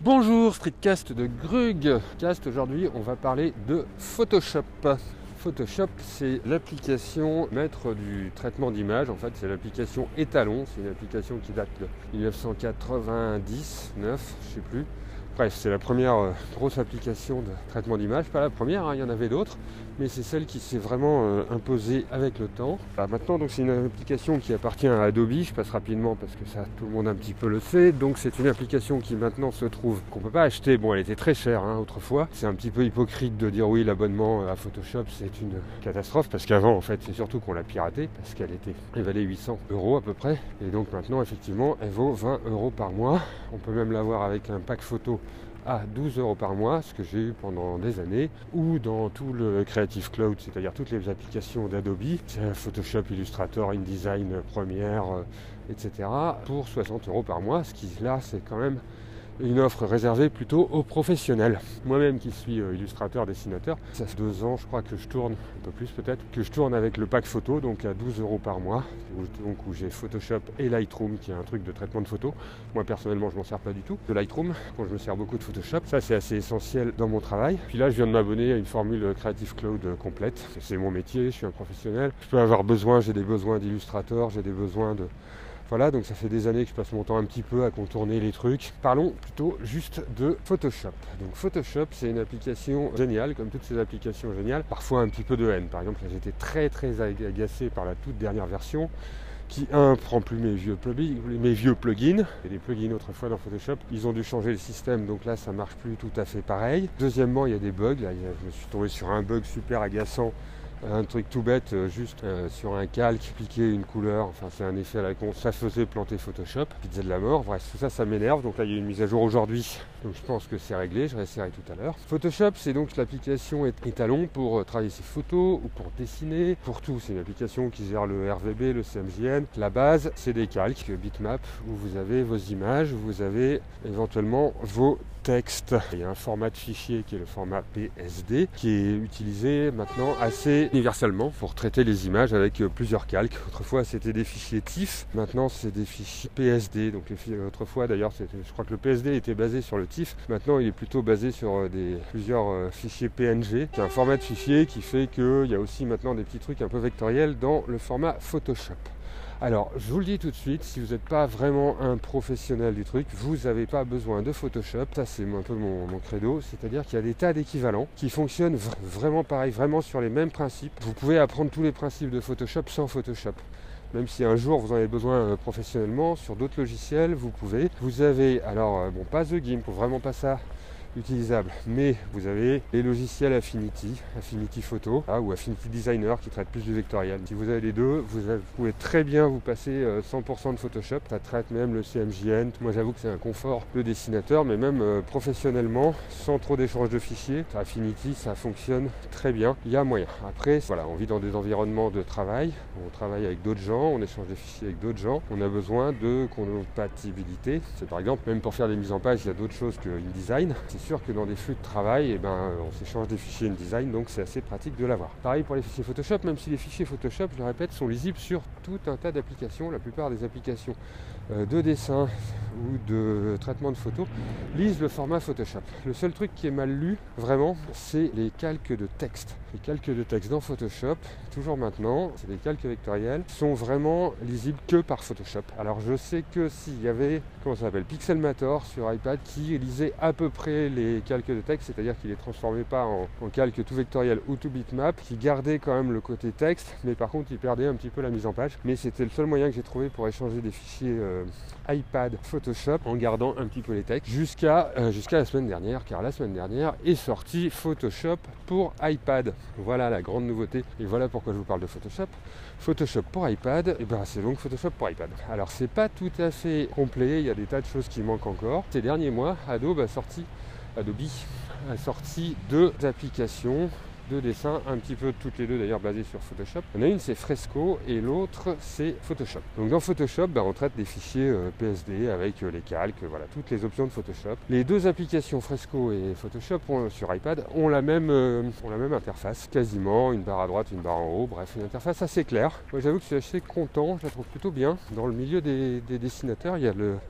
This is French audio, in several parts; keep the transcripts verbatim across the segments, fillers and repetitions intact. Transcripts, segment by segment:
Bonjour, Streetcast de Grug. Cast, aujourd'hui, on va parler de Photoshop. Photoshop, c'est l'application maître du traitement d'image. En fait, c'est l'application étalon. C'est une application qui date de mille neuf cent quatre-vingt-dix, neuf, je ne sais plus. Bref, c'est la première euh, grosse application de traitement d'image. Pas la première, hein, il y en avait d'autres, mais c'est celle qui s'est vraiment euh, imposée avec le temps. Bah, maintenant, donc, c'est une application qui appartient à Adobe. Je passe rapidement parce que ça, tout le monde un petit peu le sait. Donc, c'est une application qui maintenant se trouve, qu'on ne peut pas acheter. Bon, elle était très chère hein, autrefois. C'est un petit peu hypocrite de dire oui, l'abonnement à Photoshop, c'est une catastrophe. Parce qu'avant, en fait, c'est surtout qu'on l'a piratée. Parce qu'elle était, elle valait huit cents euros à peu près. Et donc maintenant, effectivement, elle vaut vingt euros par mois. On peut même l'avoir avec un pack photo à douze euros par mois, ce que j'ai eu pendant des années, ou dans tout le Creative Cloud, c'est-à-dire toutes les applications d'Adobe, Photoshop, Illustrator, InDesign, Premiere, euh, et cetera, pour soixante euros par mois, ce qui là, c'est quand même une offre réservée plutôt aux professionnels. Moi-même qui suis euh, illustrateur, dessinateur, ça fait deux ans je crois que je tourne, un peu plus peut-être, que je tourne avec le pack photo, donc à douze euros par mois, où, donc, où j'ai Photoshop et Lightroom qui est un truc de traitement de photo. Moi personnellement je m'en sers pas du tout de Lightroom, quand je me sers beaucoup de Photoshop, ça c'est assez essentiel dans mon travail. Puis là je viens de m'abonner à une formule Creative Cloud complète, c'est mon métier, je suis un professionnel, je peux avoir besoin, j'ai des besoins d'illustrateur, j'ai des besoins de... Voilà, donc ça fait des années que je passe mon temps un petit peu à contourner les trucs. Parlons plutôt juste de Photoshop. Donc Photoshop, c'est une application géniale, comme toutes ces applications géniales. Parfois un petit peu de haine. Par exemple, là, j'étais très très agacé par la toute dernière version, qui, un, prend plus mes vieux plugins, mes vieux plugins. Et les plugins autrefois dans Photoshop, ils ont dû changer le système, donc là ça marche plus tout à fait pareil. Deuxièmement, il y a des bugs. Là, je me suis tombé sur un bug super agaçant. Un truc tout bête, euh, juste euh, sur un calque, piquer une couleur, enfin c'est un effet à la con, ça faisait planter Photoshop, pizza de la mort, bref, tout ça, ça m'énerve, donc là il y a une mise à jour aujourd'hui, donc je pense que c'est réglé, je réessayerai tout à l'heure. Photoshop, c'est donc l'application étalon pour euh, travailler ses photos ou pour dessiner, pour tout, c'est une application qui gère le R V B, le C M J N, la base, c'est des calques, bitmap, où vous avez vos images, vous avez éventuellement vos texte. Il y a un format de fichier qui est le format P S D qui est utilisé maintenant assez universellement pour traiter les images avec plusieurs calques. Autrefois c'était des fichiers T I F, maintenant c'est des fichiers P S D. Donc les, autrefois d'ailleurs je crois que le P S D était basé sur le T I F, maintenant il est plutôt basé sur des, plusieurs fichiers P N G. C'est un format de fichier qui fait qu'il y a aussi maintenant des petits trucs un peu vectoriels dans le format Photoshop. Alors, je vous le dis tout de suite, si vous n'êtes pas vraiment un professionnel du truc, vous n'avez pas besoin de Photoshop. Ça, c'est un peu mon, mon credo. C'est-à-dire qu'il y a des tas d'équivalents qui fonctionnent v- vraiment pareil, vraiment sur les mêmes principes. Vous pouvez apprendre tous les principes de Photoshop sans Photoshop. Même si un jour vous en avez besoin euh, professionnellement, sur d'autres logiciels, vous pouvez. Vous avez, alors, euh, bon, pas The Gimp, vraiment pas ça utilisable, mais vous avez les logiciels Affinity, Affinity Photo ah, ou Affinity Designer qui traite plus du vectoriel. Si vous avez les deux, vous, avez, vous pouvez très bien vous passer euh, cent pour cent de Photoshop, ça traite même le C M J N. Moi j'avoue que c'est un confort de dessinateur, mais même euh, professionnellement, sans trop d'échange de fichiers, Affinity ça fonctionne très bien, il y a moyen. Après, voilà, on vit dans des environnements de travail, on travaille avec d'autres gens, on échange des fichiers avec d'autres gens, on a besoin de compatibilité. C'est par exemple, même pour faire des mises en page, il y a d'autres choses que InDesign. C'est sûr que dans des flux de travail, eh ben, on s'échange des fichiers InDesign, donc c'est assez pratique de l'avoir. Pareil pour les fichiers Photoshop, même si les fichiers Photoshop, je le répète, sont lisibles sur tout un tas d'applications. La plupart des applications euh, de dessin ou de traitement de photos lisent le format Photoshop. Le seul truc qui est mal lu, vraiment, c'est les calques de texte. Les calques de texte dans Photoshop, toujours maintenant, c'est des calques vectoriels, sont vraiment lisibles que par Photoshop. Alors je sais que s'il y avait, comment ça s'appelle, Pixelmator sur iPad qui lisait à peu près les calques de texte, c'est-à-dire qu'il les transformait pas en, en calque tout vectoriel ou tout bitmap, qui gardait quand même le côté texte, mais par contre il perdait un petit peu la mise en page. Mais c'était le seul moyen que j'ai trouvé pour échanger des fichiers euh, iPad Photoshop en gardant un petit peu les textes jusqu'à euh, jusqu'à la semaine dernière, car la semaine dernière est sorti Photoshop pour iPad. Voilà la grande nouveauté et voilà pourquoi je vous parle de Photoshop. Photoshop pour iPad, et ben c'est donc Photoshop pour iPad. Alors c'est pas tout à fait complet, il y a des tas de choses qui manquent encore. Ces derniers mois, Adobe a sorti Adobe a sorti deux applications de dessin, un petit peu toutes les deux d'ailleurs basées sur Photoshop. Il y en a une c'est Fresco et l'autre c'est Photoshop. Donc dans Photoshop, bah, on traite des fichiers euh, P S D avec euh, les calques, voilà, toutes les options de Photoshop. Les deux applications Fresco et Photoshop ont, sur iPad ont la, même, euh, ont la même interface, quasiment, une barre à droite, une barre en haut, bref, une interface assez claire. Moi j'avoue que je suis assez content, je la trouve plutôt bien. Dans le milieu des, des dessinateurs, il y a le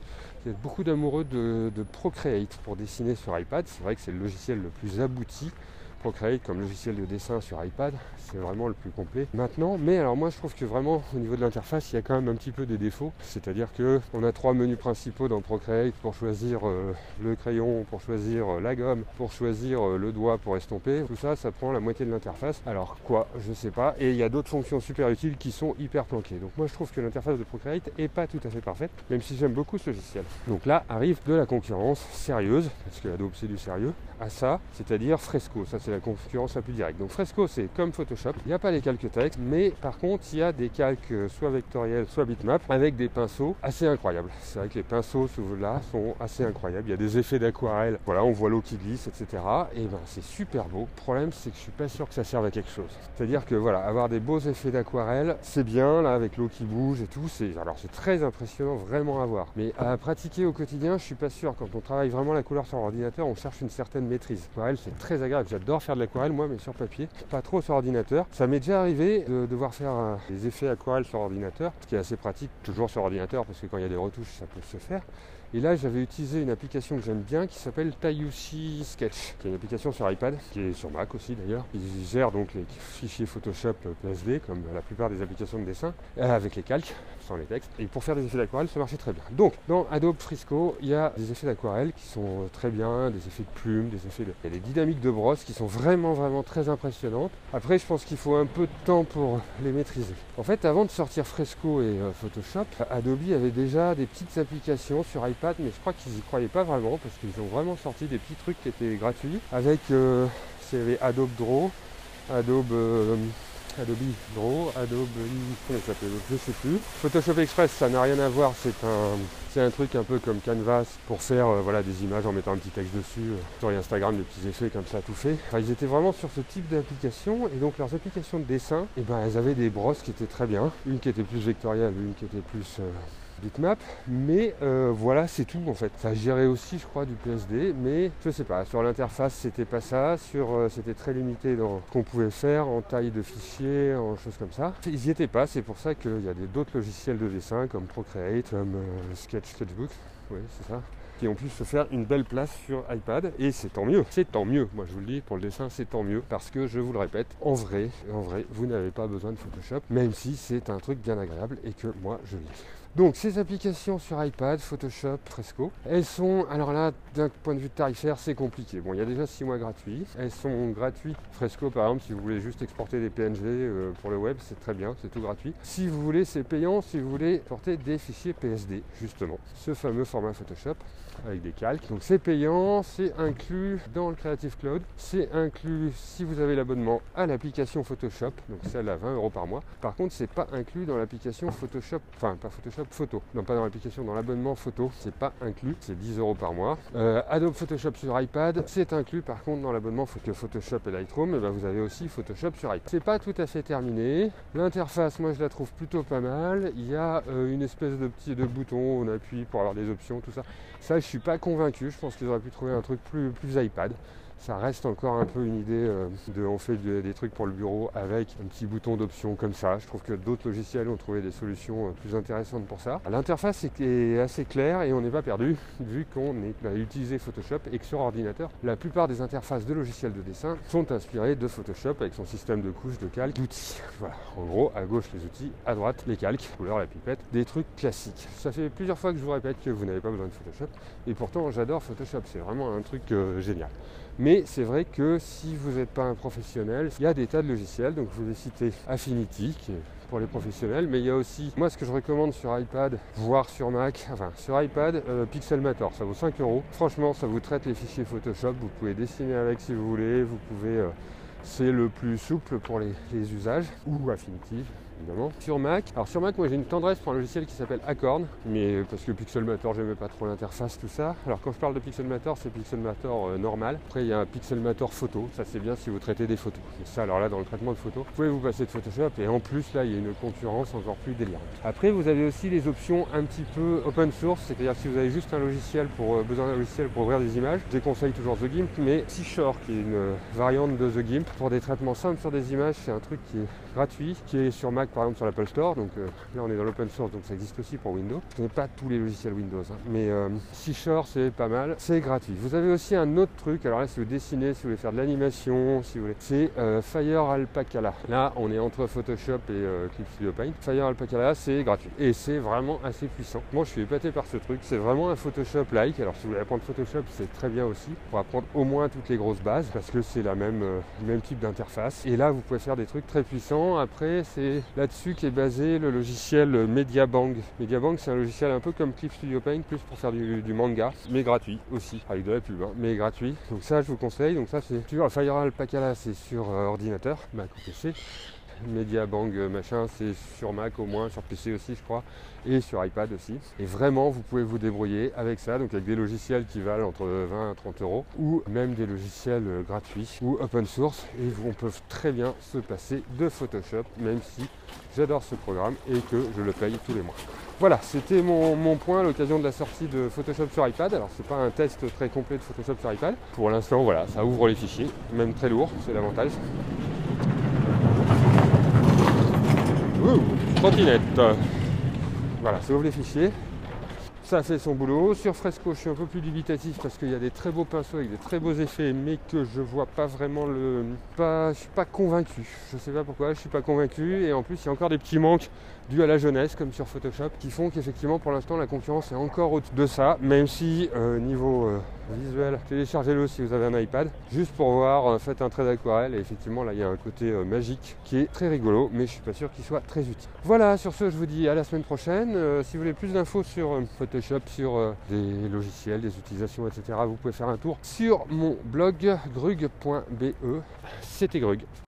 Il y a beaucoup d'amoureux de, de Procreate pour dessiner sur iPad. C'est vrai que c'est le logiciel le plus abouti. Procreate comme logiciel de dessin sur iPad, c'est vraiment le plus complet maintenant. Mais alors moi je trouve que vraiment au niveau de l'interface il y a quand même un petit peu des défauts. C'est-à-dire que on a trois menus principaux dans Procreate pour choisir euh, le crayon, pour choisir euh, la gomme, pour choisir euh, le doigt pour estomper. Tout ça, ça prend la moitié de l'interface. Alors quoi, je sais pas. Et il y a d'autres fonctions super utiles qui sont hyper planquées. Donc moi je trouve que l'interface de Procreate est pas tout à fait parfaite, même si j'aime beaucoup ce logiciel. Donc là arrive de la concurrence sérieuse, parce que Adobe c'est du sérieux, à ça, c'est-à-dire Fresco. Ça c'est la concurrence la plus directe. Donc Fresco c'est comme Photoshop, il n'y a pas les calques texte, mais par contre il y a des calques soit vectoriels, soit bitmap, avec des pinceaux assez incroyables. C'est vrai que les pinceaux là sont assez incroyables, il y a des effets d'aquarelle, voilà, on voit l'eau qui glisse, et cetera. Et ben c'est super beau. Le problème c'est que je suis pas sûr que ça serve à quelque chose. C'est-à-dire que voilà, avoir des beaux effets d'aquarelle, c'est bien, là avec l'eau qui bouge et tout, c'est alors c'est très impressionnant vraiment à voir. Mais à pratiquer au quotidien, je suis pas sûr. Quand on travaille vraiment la couleur sur l'ordinateur, on cherche une certaine maîtrise. L'aquarelle c'est très agréable, j'adore faire de l'aquarelle moi, mais sur papier, pas trop sur ordinateur. Ça m'est déjà arrivé de devoir faire euh, des effets aquarelle sur ordinateur, ce qui est assez pratique, toujours sur ordinateur, parce que quand il y a des retouches, ça peut se faire. Et là, j'avais utilisé une application que j'aime bien qui s'appelle Tayushi Sketch, qui est une application sur iPad, qui est sur Mac aussi d'ailleurs. Il gère donc les fichiers Photoshop P S D, comme la plupart des applications de dessin, avec les calques, sans les textes. Et pour faire des effets d'aquarelle, ça marchait très bien. Donc, dans Adobe Fresco, il y a des effets d'aquarelle qui sont très bien, des effets de plumes, des effets de... Il y a des dynamiques de brosse qui sont vraiment, vraiment très impressionnantes. Après, je pense qu'il faut un peu de temps pour les maîtriser. En fait, avant de sortir Fresco et euh, Photoshop, Adobe avait déjà des petites applications sur iPad, mais je crois qu'ils n'y croyaient pas vraiment parce qu'ils ont vraiment sorti des petits trucs qui étaient gratuits avec euh, c'est Adobe Draw, Adobe euh, Adobe Draw, Adobe comment ça s'appelle, je sais plus. Photoshop Express, ça n'a rien à voir, c'est un c'est un truc un peu comme Canvas pour faire euh, voilà des images en mettant un petit texte dessus, euh, sur Instagram des petits effets comme ça tout fait. Enfin, ils étaient vraiment sur ce type d'application et donc leurs applications de dessin, et ben elles avaient des brosses qui étaient très bien, une qui était plus vectorielle, une qui était plus euh, bitmap, mais euh, voilà c'est tout en fait. Ça gérait aussi je crois du P S D, mais je sais pas, sur l'interface c'était pas ça, sur euh, c'était très limité dans ce qu'on pouvait faire en taille de fichier, en choses comme ça. Ils y étaient pas, c'est pour ça qu'il y a d'autres logiciels de dessin comme Procreate, comme euh, Sketch Sketchbook, oui c'est ça, qui ont pu se faire une belle place sur iPad, et c'est tant mieux, c'est tant mieux, moi je vous le dis, pour le dessin c'est tant mieux, parce que je vous le répète, en vrai, en vrai, vous n'avez pas besoin de Photoshop, même si c'est un truc bien agréable et que moi je l'ai. Donc ces applications sur iPad, Photoshop, Fresco, elles sont, alors là d'un point de vue tarifaire c'est compliqué. Bon il y a déjà six mois gratuits, elles sont gratuites. Fresco par exemple si vous voulez juste exporter des P N G euh, pour le web c'est très bien, c'est tout gratuit. Si vous voulez c'est payant si vous voulez porter des fichiers P S D justement, ce fameux format Photoshop avec des calques. Donc c'est payant, c'est inclus dans le Creative Cloud, c'est inclus si vous avez l'abonnement à l'application Photoshop, donc celle à vingt euros par mois. Par contre c'est pas inclus dans l'application Photoshop, enfin pas Photoshop, Photo, non pas dans l'application, dans l'abonnement photo, c'est pas inclus, c'est dix euros par mois. Euh, Adobe Photoshop sur iPad, c'est inclus par contre dans l'abonnement Photoshop et Lightroom, et ben vous avez aussi Photoshop sur iPad. C'est pas tout à fait terminé, l'interface moi je la trouve plutôt pas mal, il y a euh, une espèce de petit de bouton, on appuie pour avoir des options, tout ça. Ça je suis pas convaincu, je pense qu'ils auraient pu trouver un truc plus, plus iPad. Ça reste encore un peu une idée euh, de on fait de, des trucs pour le bureau avec un petit bouton d'option comme ça. Je trouve que d'autres logiciels ont trouvé des solutions euh, plus intéressantes pour ça. L'interface est, est assez claire et on n'est pas perdu vu qu'on a utilisé Photoshop et que sur ordinateur, la plupart des interfaces de logiciels de dessin sont inspirées de Photoshop avec son système de couches, de calques, d'outils. Voilà, en gros, à gauche les outils, à droite les calques, couleur, la pipette, des trucs classiques. Ça fait plusieurs fois que je vous répète que vous n'avez pas besoin de Photoshop et pourtant j'adore Photoshop, c'est vraiment un truc euh, génial. Mais c'est vrai que si vous n'êtes pas un professionnel, il y a des tas de logiciels, donc je vous ai cité Affinity, qui est pour les professionnels, mais il y a aussi, moi ce que je recommande sur iPad, voire sur Mac, enfin sur iPad, euh, Pixelmator, ça vaut cinq euros. Franchement, ça vous traite les fichiers Photoshop, vous pouvez dessiner avec si vous voulez, vous pouvez, euh, c'est le plus souple pour les, les usages, ou Affinity. Évidemment. Sur Mac, alors sur Mac moi j'ai une tendresse pour un logiciel qui s'appelle Acorn, mais parce que Pixelmator j'aimais pas trop l'interface tout ça. Alors quand je parle de Pixelmator c'est Pixelmator euh, normal. Après il y a un Pixelmator photo, ça c'est bien si vous traitez des photos. Et ça alors là dans le traitement de photos, vous pouvez vous passer de Photoshop et en plus là il y a une concurrence encore plus délirante. Après vous avez aussi les options un petit peu open source, c'est-à-dire si vous avez juste un logiciel pour euh, besoin d'un logiciel pour ouvrir des images, je déconseille toujours The Gimp, mais Seashore qui est une euh, variante de The Gimp pour des traitements simples sur des images, c'est un truc qui est gratuit qui est sur Mac par exemple sur l'Apple Store. Donc euh, là on est dans l'open source, donc ça existe aussi pour Windows. Ce n'est pas tous les logiciels Windows, hein. Mais euh, Seashore c'est pas mal, c'est gratuit. Vous avez aussi un autre truc, alors là si vous dessinez, si vous voulez faire de l'animation, si vous voulez, c'est euh, Fire Alpacala. Là on est entre Photoshop et euh, Clip Studio Paint. Fire Alpacala c'est gratuit et c'est vraiment assez puissant. Moi je suis épaté par ce truc, c'est vraiment un Photoshop-like. Alors si vous voulez apprendre Photoshop c'est très bien aussi pour apprendre au moins toutes les grosses bases parce que c'est la même, euh, le même type d'interface. Et là vous pouvez faire des trucs très puissants. Après c'est là-dessus qu'est basé le logiciel MediaBang. MediaBang c'est un logiciel un peu comme Clip Studio Paint, plus pour faire du, du manga, mais gratuit aussi, avec de la pub, hein, mais gratuit. Donc ça je vous conseille. Donc ça c'est sur Fire Alpacala, c'est sur euh, ordinateur, Mac ou P C. MediaBang euh, machin, c'est sur Mac au moins, sur P C aussi je crois, et sur iPad aussi. Et vraiment vous pouvez vous débrouiller avec ça, donc avec des logiciels qui valent entre vingt et trente euros, ou même des logiciels euh, gratuits ou open source, et on peut très bien se passer de Photoshop, même si j'adore ce programme et que je le paye tous les mois. Voilà, c'était mon, mon point à l'occasion de la sortie de Photoshop sur iPad. Alors c'est pas un test très complet de Photoshop sur iPad. Pour l'instant voilà, ça ouvre les fichiers, même très lourd, c'est l'avantage. Ouh, trottinette. Voilà, ça ouvre les fichiers. Ça fait son boulot. Sur Fresco, je suis un peu plus dubitatif parce qu'il y a des très beaux pinceaux avec des très beaux effets, mais que je vois pas vraiment le... Pas... Je suis pas convaincu. Je sais pas pourquoi, je suis pas convaincu. Et en plus, il y a encore des petits manques dus à la jeunesse, comme sur Photoshop, qui font qu'effectivement, pour l'instant, la concurrence est encore au-dessus de ça, même si euh, niveau euh, visuel, téléchargez-le si vous avez un iPad, juste pour voir, euh, faites un trait d'aquarelle, et effectivement, là, il y a un côté euh, magique qui est très rigolo, mais je suis pas sûr qu'il soit très utile. Voilà, sur ce, je vous dis à la semaine prochaine. Euh, si vous voulez plus d'infos sur euh, Photoshop, sur euh, des logiciels, des utilisations, et cetera, vous pouvez faire un tour sur mon blog grug point b e. C'était Grug.